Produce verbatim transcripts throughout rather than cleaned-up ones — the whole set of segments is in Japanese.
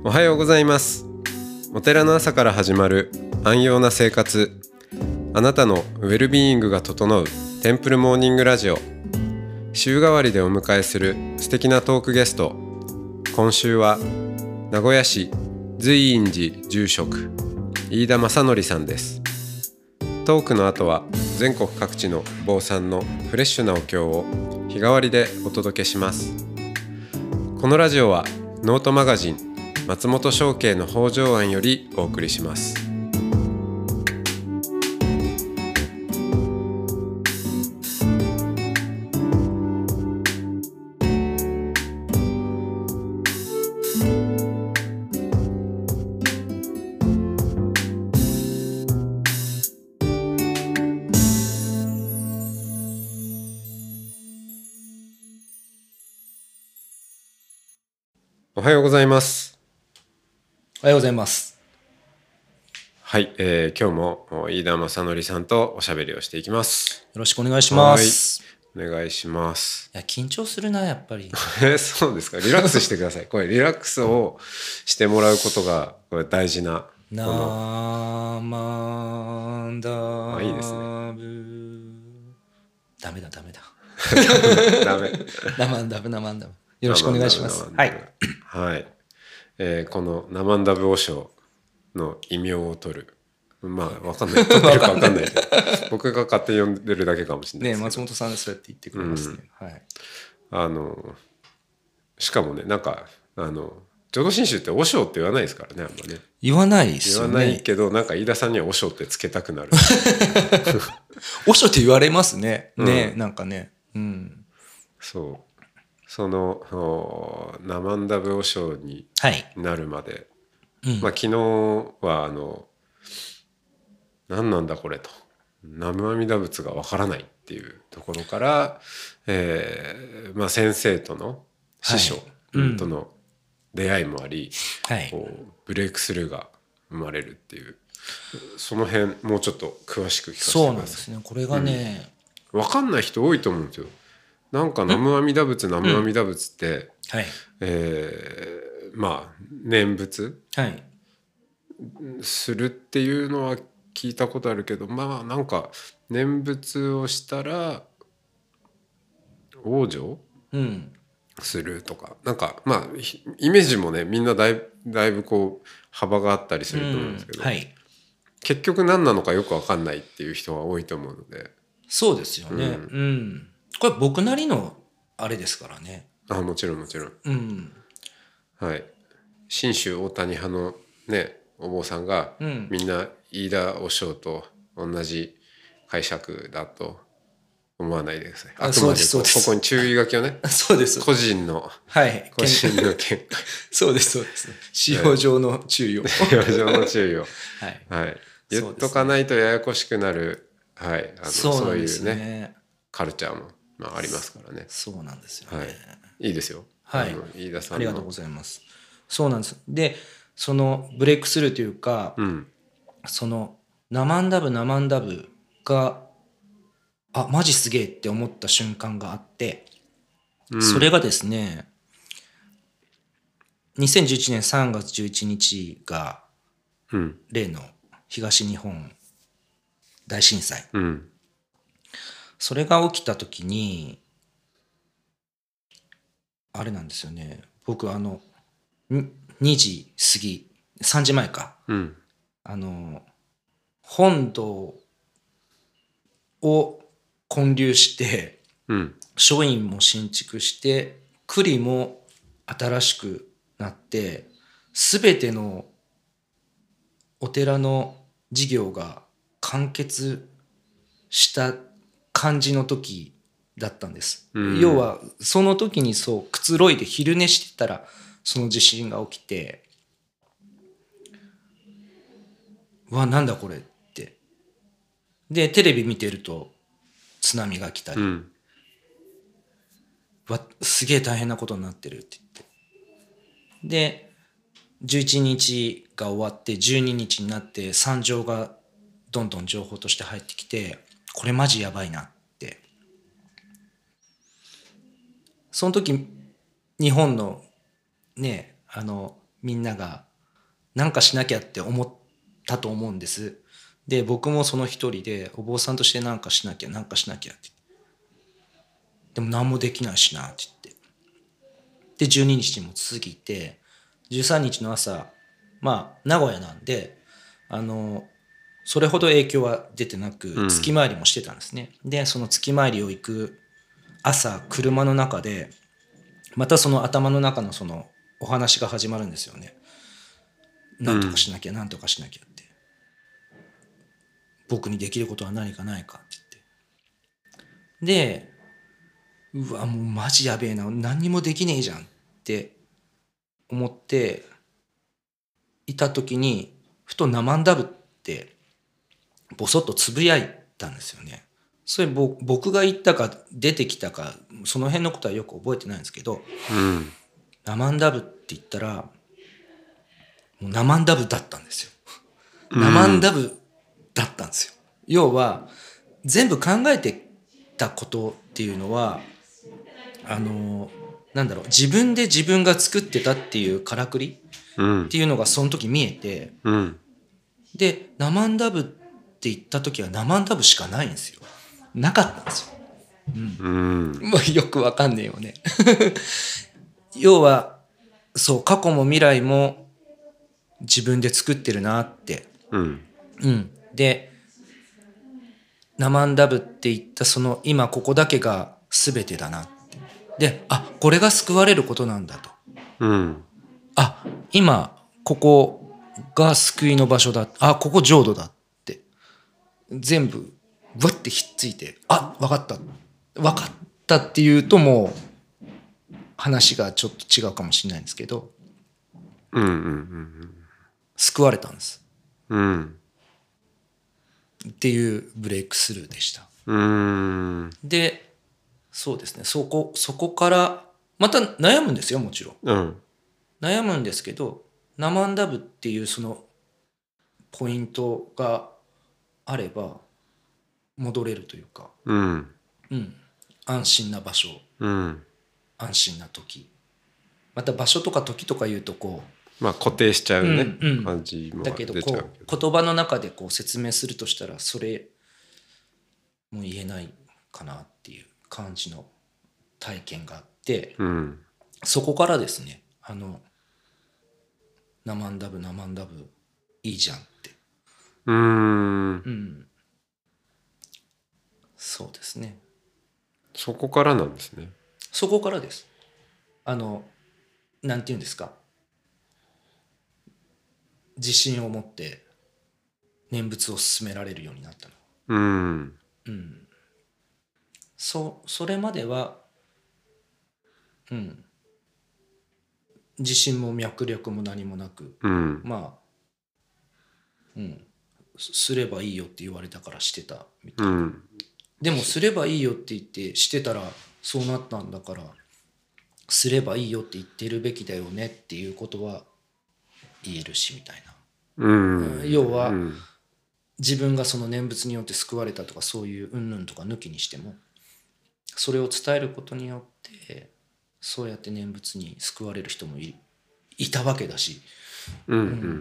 おはようございます。お寺の朝から始まる安養な生活、あなたのウェルビーイングが整うテンプルモーニングラジオ。週替わりでお迎えする素敵なトークゲスト。今週は名古屋市随院寺住職飯田正則さんです。トークの後は全国各地の坊さんのフレッシュなお経を日替わりでお届けします。このラジオはノートマガジン松本商家の北条庵よりお送りします。おはようございます。 おはようございます。 はい、えー、今日も飯田正則さんとおしゃべりをしていきます。 よろしくお願いします。 はい、お願いします。 いや緊張するなやっぱり。 えそうですか。リラックスしてください。これリラックスをしてもらうことがこれ大事な。 なまんだあいいですね。 ダメだダメだ。 ダメ。 なまんだぶなまんだぶ。よろしくお願いします。はい。 はい。えー、このナマンダブ和尚の異名を取る。まあわかんない。取ってるかわかんないけど。僕が勝手に呼んでるだけかもしれないですけど。 ね松本さんでそうやって言ってくれますね。うん、はい。 あのしかもねなんかあの浄土真宗って和尚って言わないですからねあんまね。 言わないですよね。 言わないけどなんか飯田さんには和尚ってつけたくなる。 和尚って言われますね。ね、うん、なんかね。うん。 そう。そのナマンダブ和尚になるまで、はいうん、まあ昨日はあの何なんだこれと南無阿弥陀仏がわからないっていうところから、えーまあ、先生との師匠との出会いもあり、はい、こうブレイクスルーが生まれるっていうその辺もうちょっと詳しく聞かせてください。 そうなんですね。これがね、 うん、分かんない人多いと思うんですよ。なんか南無阿弥陀仏南無阿弥陀仏って、うんはいえー、まあ念仏、はい、するっていうのは聞いたことあるけどまあなんか念仏をしたら往生、うん、するとかなんかまあイメージもねみんなだいぶ、だいぶこう幅があったりすると思うんですけど、うんはい、結局何なのかよく分かんないっていう人が多いと思うので。 そうですよね。うん、うんこれ僕なりのあれですからね。 あもちろんもちろん。うん、はい。信州大谷派のねお坊さんが、うん、みんな飯田和尚と同じ解釈だと思わないでください。あくまで こ, ここに注意書きをね。 そうです。 個人の、 はい、 個人の見解。 そうですそうです。使用上の注意を。 使用上の注意を。はい。はい。言っとかないとややこしくなる。はい。あのそうなんですね。そういうねカルチャーも。まあ、ありますからね。 そうなんですよね。はい、 いいですよ。 はい。 飯田さんのありがとうございます。そうなんです。で、そのブレイクスルーというか、うん、そのナマンダブナマンダブがあマジすげえって思った瞬間があって、うん、それがですね、にせんじゅういちねんさんがつじゅういちにちが、うん、例の東日本大震災。うんそれが起きた時にあれなんですよね僕あのにじ過ぎさんじまえか、うん、あの本堂を建立して、うん、書院も新築して庫も新しくなって全てのお寺の事業が完結した感じの時だったんです、うん、要はその時にそうくつろいで昼寝してたらその地震が起きてうわなんだこれってでテレビ見てると津波が来たり、うん、わすげえ大変なことになってるって言ってでじゅういちにちが終わってじゅうににちになって惨状がどんどん情報として入ってきてこれマジやばいなってその時日本のねあのみんながなんかしなきゃって思ったと思うんです。で僕もその一人でお坊さんとしてなんかしなきゃなんかしなきゃってでも何もできないしなって言ってでじゅうににちにも続いてじゅうさんにちの朝まあ名古屋なんであのそれほど影響は出てなく月回りもしてたんですね、うん、でその月回りを行く朝車の中でまたその頭の中のそのお話が始まるんですよね。なんとかしなきゃなんとかしなきゃって、僕にできることは何かないかって言ってでうわもうマジやべえな何にもできねえじゃんって思っていた時にふとナマンダブってボソッとつぶやいたんですよね。それ僕が言ったか出てきたかその辺のことはよく覚えてないんですけど、うん、ナマンダブって言ったらもうナマンダブだったんですよ、うん、ナマンダブだったんですよ。要は全部考えてたことっていうのはあのなんだろう自分で自分が作ってたっていうからくりっていうのがその時見えて、うん、でナマンダブって言った時はナマンダブしかないんですよ。なかったんですよ。うん。うん、もうよくわかんねえよね。要はそう過去も未来も自分で作ってるなって。うん。うん、でナマンダブって言ったその今ここだけが全てだなって。で、あこれが救われることなんだと。うん。あ今ここが救いの場所だ。あここ浄土だって全部わってひっついてあ分かった分かったっていうともう話がちょっと違うかもしれないんですけど、うんうんうんうん、救われたんです、うん、っていうブレイクスルーでした。うーんでそうですねそこそこからまた悩むんですよもちろん、うん、悩むんですけどナマンダブっていうそのポイントがあれば戻れるというか、うんうん、安心な場所、うん、安心な時また場所とか時とか言うとこうまあ固定しちゃうね、うんうん、感じも出ちゃうけど、 だけどこう言葉の中でこう説明するとしたらそれも言えないかなっていう感じの体験があって、うん、そこからですねあのナマンダブナマンダブいいじゃんってうーん、うん、そうですねそこからなんですね。 そこからです。あのなんていうんですか自信を持って念仏を進められるようになったの。うん、うん、そそれまでは、うん、自信も脈略も何もなく、うん、まあ、うん、すればいいよって言われたからしてたみたいな、うん、でもすればいいよって言ってしてたらそうなったんだからすればいいよって言ってるべきだよねっていうことは言えるしみたいな、うん、要は、うん、自分がその念仏によって救われたとかそういううんぬんとか抜きにしてもそれを伝えることによってそうやって念仏に救われる人も い, いたわけだし、うんうん、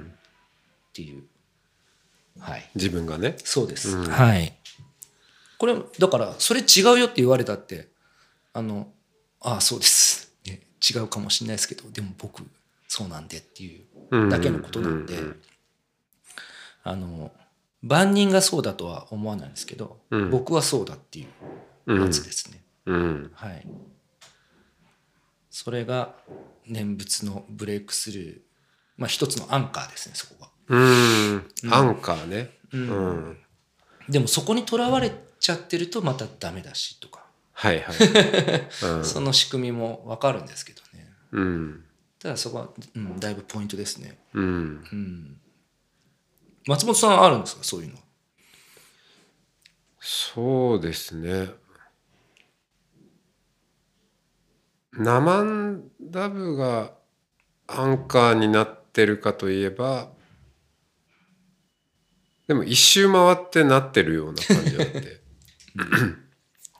っていう、はい、 自分がねそうです、うん、はいこれだからそれ違うよって言われたってあのああそうです、ね、違うかもしれないですけどでも僕そうなんでっていうだけのことなんで、うんうんうん、あの万人がそうだとは思わないんですけど、うん、僕はそうだっていうやつですね、うんうん、はい。それが念仏のブレイクスルー、まあ一つのアンカーですねそこが。 うん、うん、アンカーね、 うんうん、でもそこにとらわれちゃってるとまたダメだしとかはいはい、 うん、その仕組みも分かるんですけどね、うん、ただそこは、うん、だいぶポイントですね、うんうん、松本さんあるんですかそういうの。 そうですねナマンダブがアンカーになってるかといえばでも一周回ってなってるような感じがあって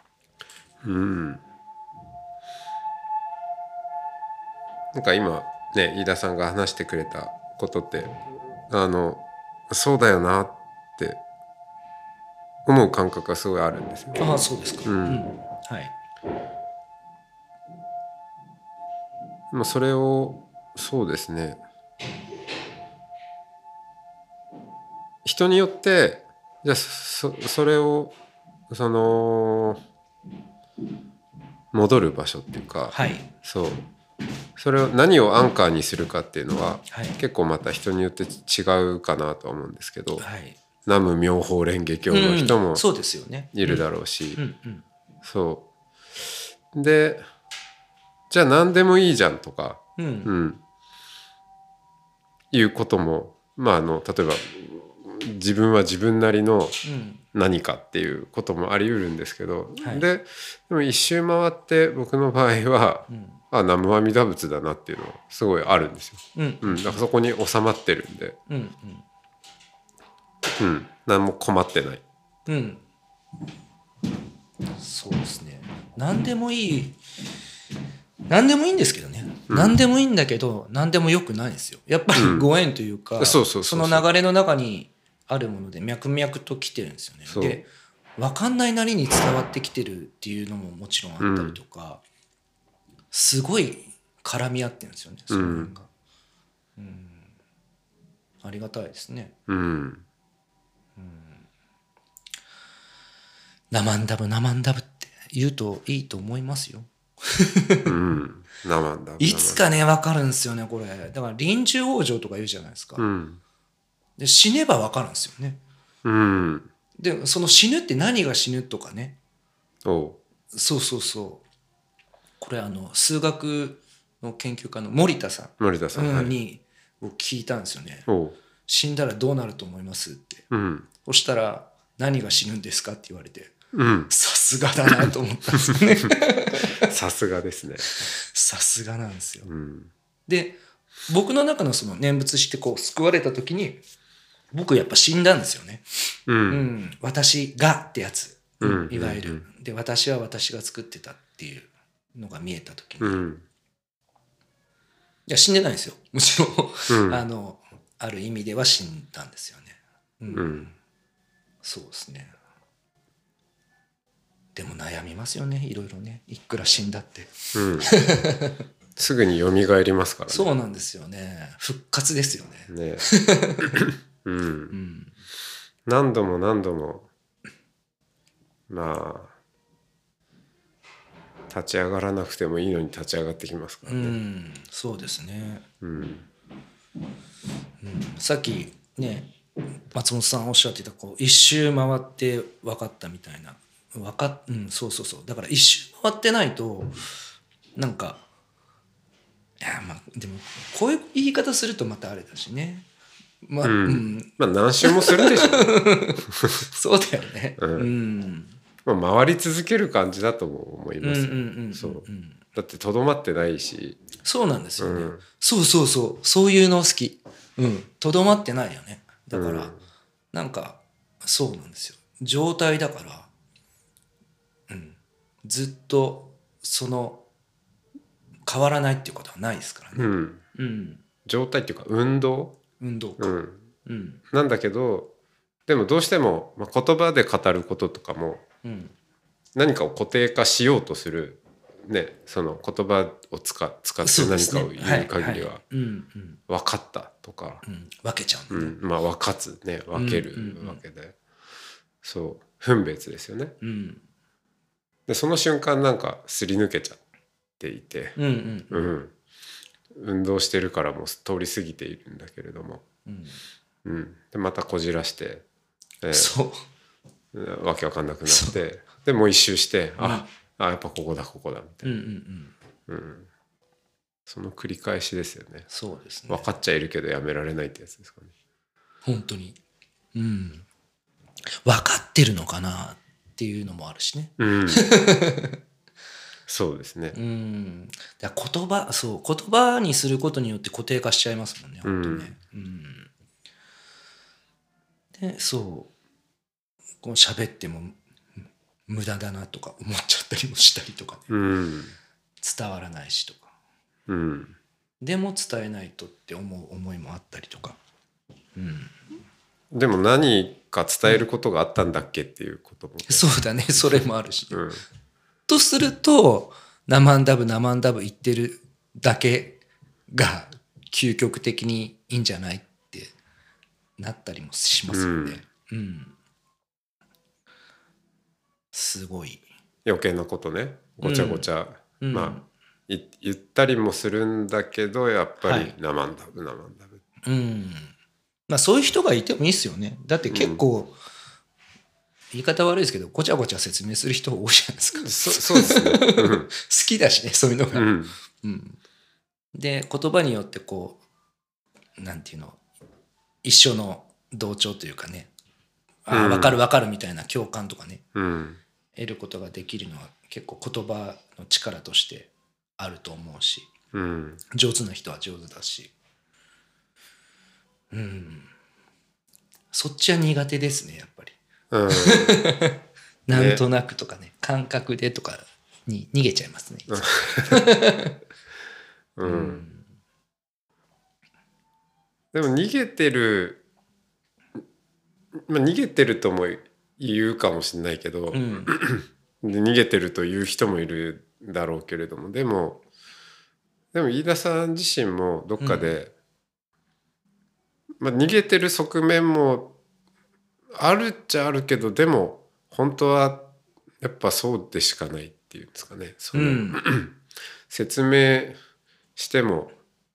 うんなんか今ね飯田さんが話してくれたことってあのそうだよなって思う感覚がすごいあるんですよ。 ああそうですか。 うん、 うん、はい。 まあそれをそうですね人によってじゃあ そ, それをその戻る場所っていうか、 はい、 そうそれを何をアンカーにするかっていうのは、 はい、 結構また人によって違うかなとは思うんですけど、 はい、 南無妙法蓮華経の人もそうですよね。 いるだろうし、 うんうんうん、 そうでじゃあ何でもいいじゃんとか、 うん、 うん、いうこともまああの例えば自分は自分なりの何かっていうこともあり得るんですけど、 はい、 ででも一周回って僕の場合は、うん、あ南無阿弥陀仏だなっていうのはすごいあるんですよ。 うんうん、だからそこに収まってるんで、 うんうんうん、何も困ってない。 うん、そうですね。何でもいい何でもいいんですけどね、うん、何でもいいんだけど何でもよくないですよやっぱりご縁というか、うん、 そうそうそうそうその流れの中にあるもので脈々と来てるんですよね。で分かんないなりに伝わってきてるっていうのももちろんあったりとか、うん、すごい絡み合ってるんですよねその辺が、うんうん、ありがたいですね。うんうん、ナマンダブナマンダブって言うといいと思いますよ。 うん、生だいつかね分かるんですよねこれ。だから臨終往生とか言うじゃないですか、うん、で死ねば分かるんですよね、うん、でその死ぬって何が死ぬとかね。おそうそうそう、これあの数学の研究家の森田さん森田さん、うん、 に聞いたんですよね。死んだらどうなると思いますって、うん、そしたら何が死ぬんですかって言われて、さすがだなと思ったんですよね。 さすがですね。 さすがなんですよ。うん、で僕の中のその念仏してこう救われた時に僕やっぱ死んだんですよね。うんうん、私がってやつ、うん、いわゆる、うんうん、で私は私が作ってたっていうのが見えた時に、うん、いや死んでないんですよむしろ、うん、あのある意味では死んだんですよね。うんうん、そうですね。でも悩みますよねいろいろね、いくら死んだって、うん、 すぐに蘇りますからね。 そうなんですよね、復活ですよね。ねうん、うん、何度も何度もまあ立ち上がらなくてもいいのに立ち上がってきますからね。うん、 そうですね、うんうん、さっきね松本さんおっしゃってたこう一周回って分かったみたいな、分かっ、うん、そうそうそう、だから一周回ってないとなんかいやまあでもこういう言い方するとまたあれだしね、まあ、うんうん、 まあ何周もするでしょそうだよね、うん、 うんまあ、回り続ける感じだと思います。そうだってとどまってないし。 そうなんですよね、うん、そうそうそうそういうの好き、うんとどまってないよね。だから、うん、なんかそうなんですよ、状態だから、うん、ずっとその変わらないっていうことはないですからね、うんうん、状態っていうか運動運動か、うんうん、なんだけどでもどうしても、まあ、言葉で語ることとかも、うん、何かを固定化しようとする、ね、その言葉を使, 使って何かを言う限りは分かったとか、 うん、分けちゃうんだね、 うん、まあ分かつね分けるわけで、うんうんうん、そう分別ですよね、うん、でその瞬間なんかすり抜けちゃっていて、うんうんうん、運動してるからもう通り過ぎているんだけれども、うんうん、でまたこじらして、えー、そうわけわかんなくなってでもう一周して、うん、ああやっぱここだここだみたいな、うんうんうんうん、その繰り返しですよね。 そうですね。 分かっちゃいるけどやめられないってやつですかね。 本当に、うん、分かってるのかなっていうのもあるしね、うん、 そうですね、 うん、だ言葉そう言葉にすることによって固定化しちゃいますもんね本当ね、うんうん、でそうこう喋っても無駄だなとか思っちゃったりもしたりとかね、うん、伝わらないしとか、 うんでも伝えないとって思う思いもあったりとか、うん、 でも何か伝えることがあったんだっけっていうことも、ね、 そうだね、それもあるし、ね、 うん、 とするとナマンダブナマンダブ言ってるだけが究極的にいいんじゃないってなったりもしますよね、うんうん、すごい余計なことね、ごちゃごちゃ、 うん、 まあ言ったりもするんだけど、やっぱりナマンダブナマンダブ、 うん、まあそういう人がいてもいいですよね。だって結構、うん、言い方悪いですけどごちゃごちゃ説明する人多いじゃないですか。 そ, そうですね、うん、好きだしね、そういうのが、 うんうん、で言葉によってこうなんていうの、一緒の同調というかね、ああ分かる分かるみたいな共感とかね、うん、得ることができるのは結構言葉の力としてあると思うし、うん、上手な人は上手だし、うん、そっちは苦手ですねやっぱり、うん、なんとなくとかね、感覚でとかに逃げちゃいますね、 うんうん、でも逃げてる、まあ、逃げてるとも言うかもしれないけど、うん、で逃げてるという人もいるだろうけれども、でもでも飯田さん自身もどっかで、うん、まあ、逃げてる側面もあるっちゃあるけど、でも本当はやっぱそうでしかないっていうんですかね、その、うん、説明しても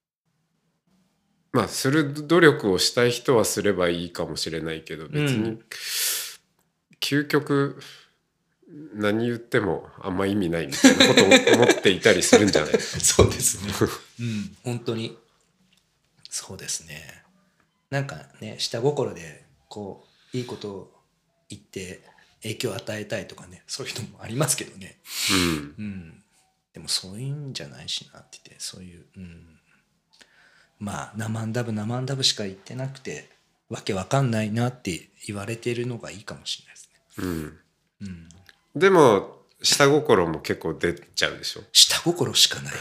まあする努力をしたい人はすればいいかもしれないけど、別に究極何言ってもあんま意味ないみたいなことを思っていたりするんじゃないですか。 そうですね、うん、本当にそうですね。なんかね、下心でこういいことを言って影響を与えたいとかね、そういうのもありますけどね、うんうん、でもそういうんじゃないしなって言って、そういう、うん、まあナマンダブナマンダブしか言ってなくてわけわかんないなって言われてるのがいいかもしれないですね、うんうん、でも下心も結構出ちゃうでしょ。 下心しかない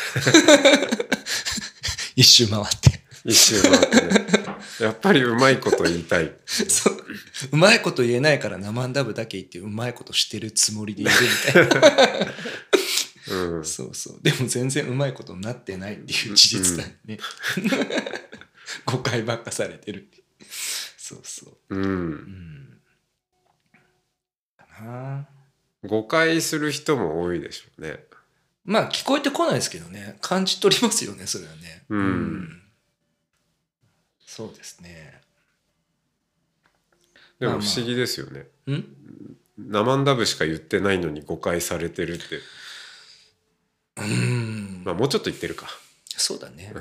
一周回って一周回ってねやっぱりうまいこと言いたいそう、うまいこと言えないからナマンダブだけ言ってうまいことしてるつもりでいるみたいなうん、そうそう、でも全然うまいことになってないっていう事実だよね、うん、誤解ばっかされてるってそうそう、うんうん、 かな。誤解する人も多いでしょうね。 まあ聞こえてこないですけどね、感じ取りますよねそれはね、うん、うん、そうですね。 でも不思議ですよね、まあまあ、ナマンダブしか言ってないのに誤解されてるって、うん、まあもうちょっと言ってるか。 そうだね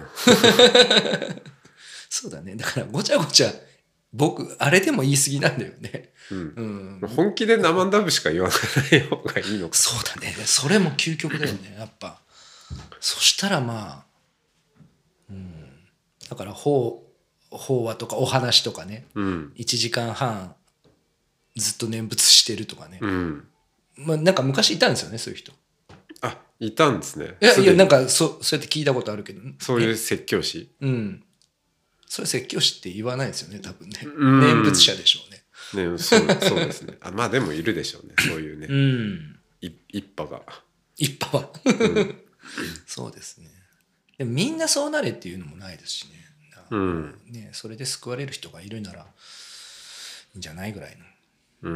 そうだね、だからごちゃごちゃ僕あれでも言い過ぎなんだよね、 うんうん、本気でナマンダブしか言わない方がいいのか。 そうだね、それも究極だよねやっぱ。そしたらまあ、うん、だから法法話とかお話とかね、うん、いちじかんはんずっと念仏してるとかね、うん、まあなんか昔いたんですよねそういう人。 あ、いたんですね。 いやいや、なんか そ, そうやって聞いたことあるけど、 そういう説教師、 うん、それ説教師って言わないですよね多分ね、うん、念仏者でしょうね。 ね、そうそうですね。あ、まあでもいるでしょうねそういうね、うん、一派が一派は、うん、そうですね。でもみんなそうなれっていうのもないですしね、うん、ね、それで救われる人がいるならいいんじゃないぐらいの、うんうん、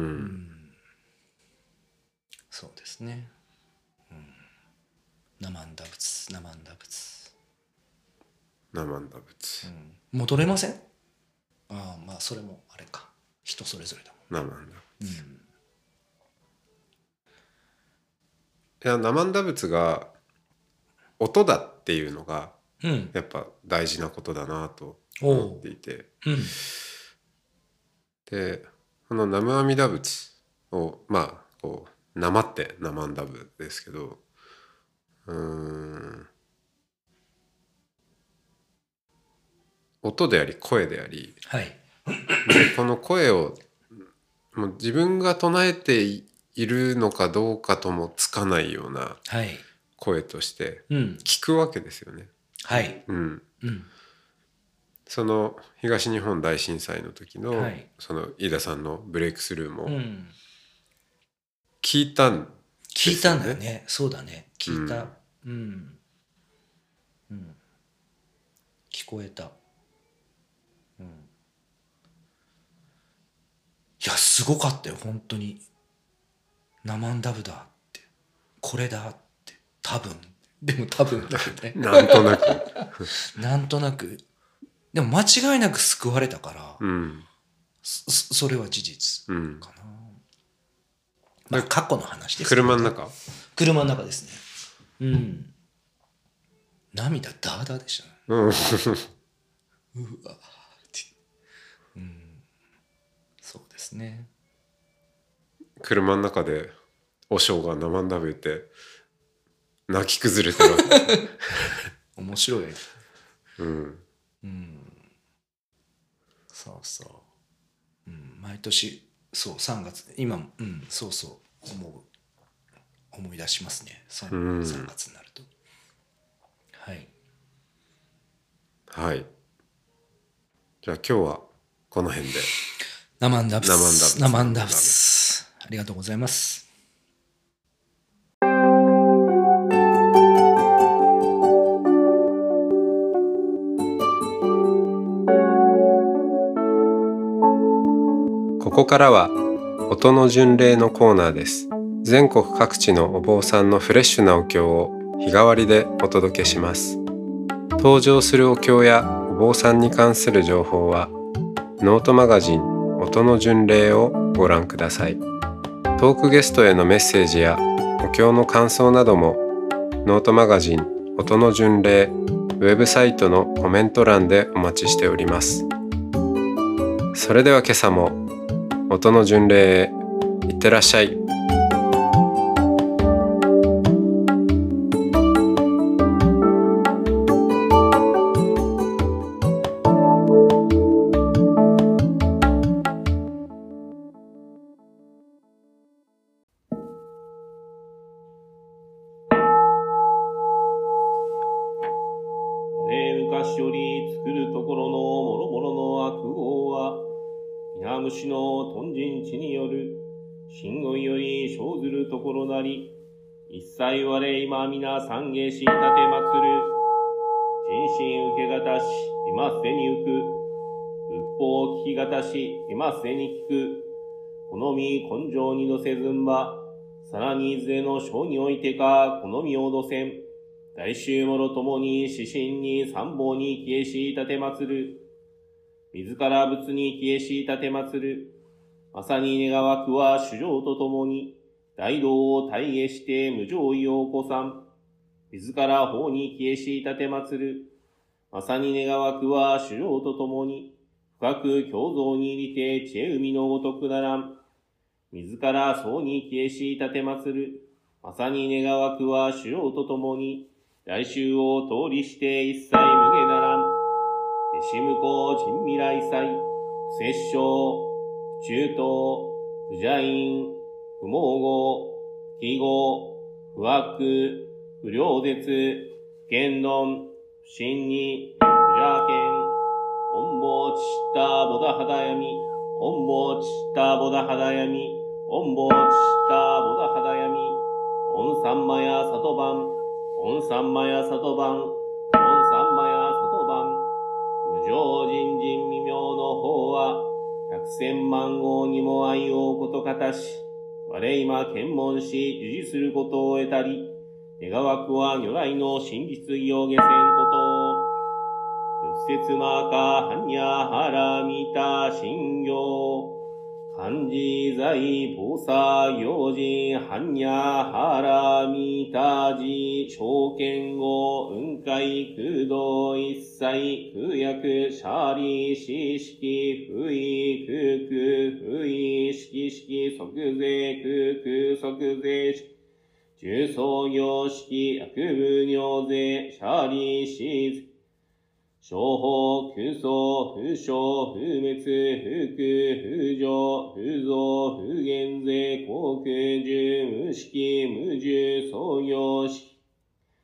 そうですね、うん、ナマンダ仏ナマンダ仏ナマンダ仏、 うん、戻れません。ああ、まあそれもあれか、人それぞれだもん。 ナマンダ仏、うん、いやナマンダ仏が音だっていうのがやっぱ大事なことだなと思っていて、うん、でこの南無阿弥陀仏をまあこうなまってナマンダブですけど、うーん、音であり声であり、はい、でこの声をもう自分が唱えているのかどうかともつかないような声として聞くわけですよね、 はい、 うんうん、 その東日本大震災の時の、 はい、 その飯田さんのブレイクスルーもうん、 聞いたんで聞いたんだよすよね。 ね。そうだね。聞いた。 うん、 うん。うん。聞こえた。うん。いや、すごかったよ、本当に。ナマンダブだって。これだって。多分。でも多分だよね。 なんとなくなんとなく。でも間違いなく救われたから、 うんそ、それは事実うんかな。まあ、過去の話ですけど、ね。 車の中車の中ですね。うん。涙ダーダーでしたね。 うんうわーって。うん。そうですね。 車の中でお尚が生んだべて泣き崩れてるわけ面白い。 うんうん。そうそう。うん。毎年、そう、さんがつ、今も、うん、そうそう、思う。思い出しますね。そうのさんんがつになると。はい。 はいじゃあ今日はこの辺でナマンダブス。ナナマンダブマンダブスス。ありがとうございます。 ここからは音の巡礼のコーナーです。全国各地のお坊さんのフレッシュなお経を日替わりでお届けします。登場するお経やお坊さんに関する情報はノートマガジン音の巡礼をご覧ください。トークゲストへのメッセージやお経の感想などもノートマガジン音の巡礼ウェブサイトのコメント欄でお待ちしております。それでは今朝も音の巡礼へいってらっしゃい。 昔より作るところのもろもろの悪業は皆虫の豚人地による真言より生ずるところなり一切我今皆参下し立てまつる人心受けがたし今せに浮く仏法聞きがたし今せに聞く好み根性にどせずんばさらにいずれの章においてか好みをどせん大衆もろともに指針に参謀に消えし立てまつる。自ら仏に消えし立てまつる。まさに願わくは主情とともに大道を大下して無常意を起こさん。自ら法に消えし立てまつる。まさに願わくは主情とともに深く共造に入りて知恵海のごとくならん。自ら僧に消えし立てまつる。まさに願わくは主情とともに来週を通りして一切無下ならん。弟子向こう人未来祭、不摂生、中等、不邪因、不毛語、不記号、不悪、不良絶、言論、不信に、不邪見、恩坊ちったボダハダヤミ、恩坊ちったボダハダヤミ、恩坊ちったボダハダヤミ、恩三魔や里番、オンサンマヤサトバン、オンサンマヤサトバン、無常人人未明の方は、百千万号にも愛をことかたし、我今検問し、受事することを得たり、願わくは如来の真実意を下せんことを、仏説マーカー、般若ハラミタ信行、漢字在菩薩行事般若ハラミタジ証券語雲海空洞一切空薬シャリ四式不意空空不意式式即税空空即税式重創業式悪部尿税シャリシ商法、空想、風商、風滅、風空、風上、風造、風減税、航空、重、無式、無重、創業式。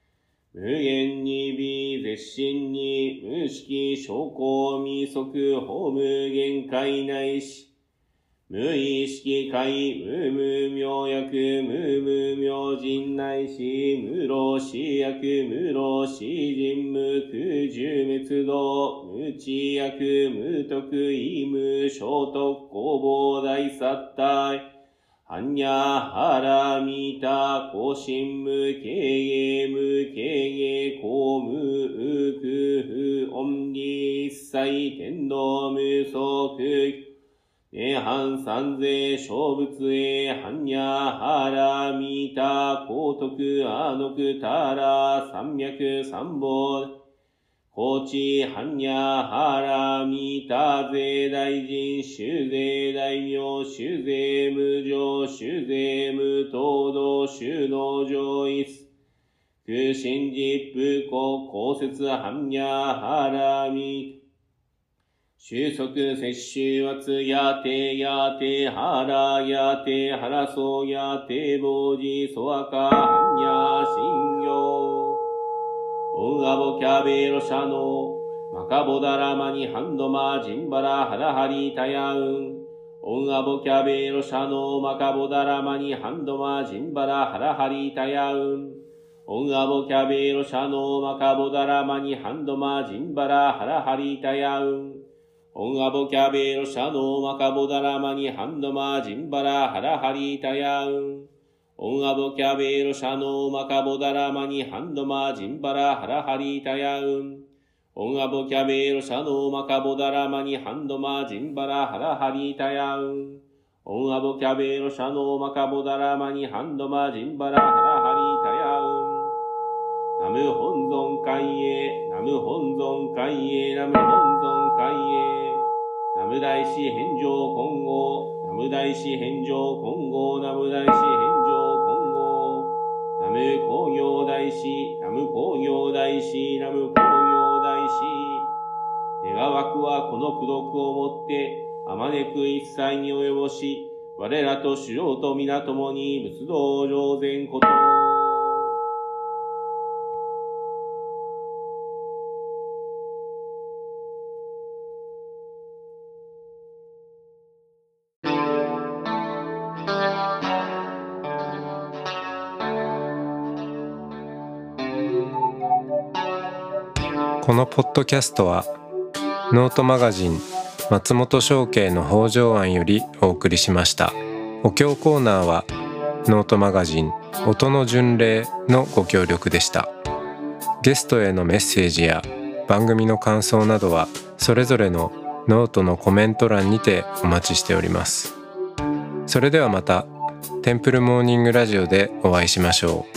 無限に微絶心に無識証拠未即法無限界内し、無意識界無無明薬無無明人内し、無老死薬無老死人無空十滅道無知薬無徳意無聖徳公房大殺体般若波羅蜜多高深無経営無経営公無空不音理一切天道無相空涅槃三世小仏へ般若波羅蜜多高徳阿耨多羅三脈三宝高知般若波羅蜜多税大臣修税大名修税無常修税無東道修道上一空心実不公公説般若波羅蜜収束摂取圧やてやてはらやてはらそうやてぼうじそわかはんや信行オンアボキャベロシャノマカボダラマニハンドマジンバラハラハリタヤウンオンアボキャベロシャノマカボダラマニハンドマジンバラハラハリタヤウンオンアボキャベロシャノマカボダラマニハンドマジンバラハラハリタヤウンオンアボキャベロシャノマカボダラマニハンドマジンバラハラハリタヤウンオンアボキャベロシャノマカボダラマニハンドマジンバラハラハリタヤウンオンアボキャベロシャノマカボダラマニハンドマジンバラハラハリタヤウンオンアボキャベロシャノマカボダラマニハンドマジンバラハラハリタヤウンナム本尊海へナム本尊海へナム本尊海へナム大師返上金剛ナム大師返上金剛ナム大師返上金剛ナム工業大師ナム工業大師ナム工業大師願わくはこの功徳をもってあまねく一切に及ぼし我らと主要と皆ともに仏道上善ことこのポッドキャストはノートマガジン松本商家の北条庵よりお送りしました。お経コーナーはノートマガジン音の巡礼のご協力でした。ゲストへのメッセージや番組の感想などはそれぞれのノートのコメント欄にてお待ちしております。それではまたテンプルモーニングラジオでお会いしましょう。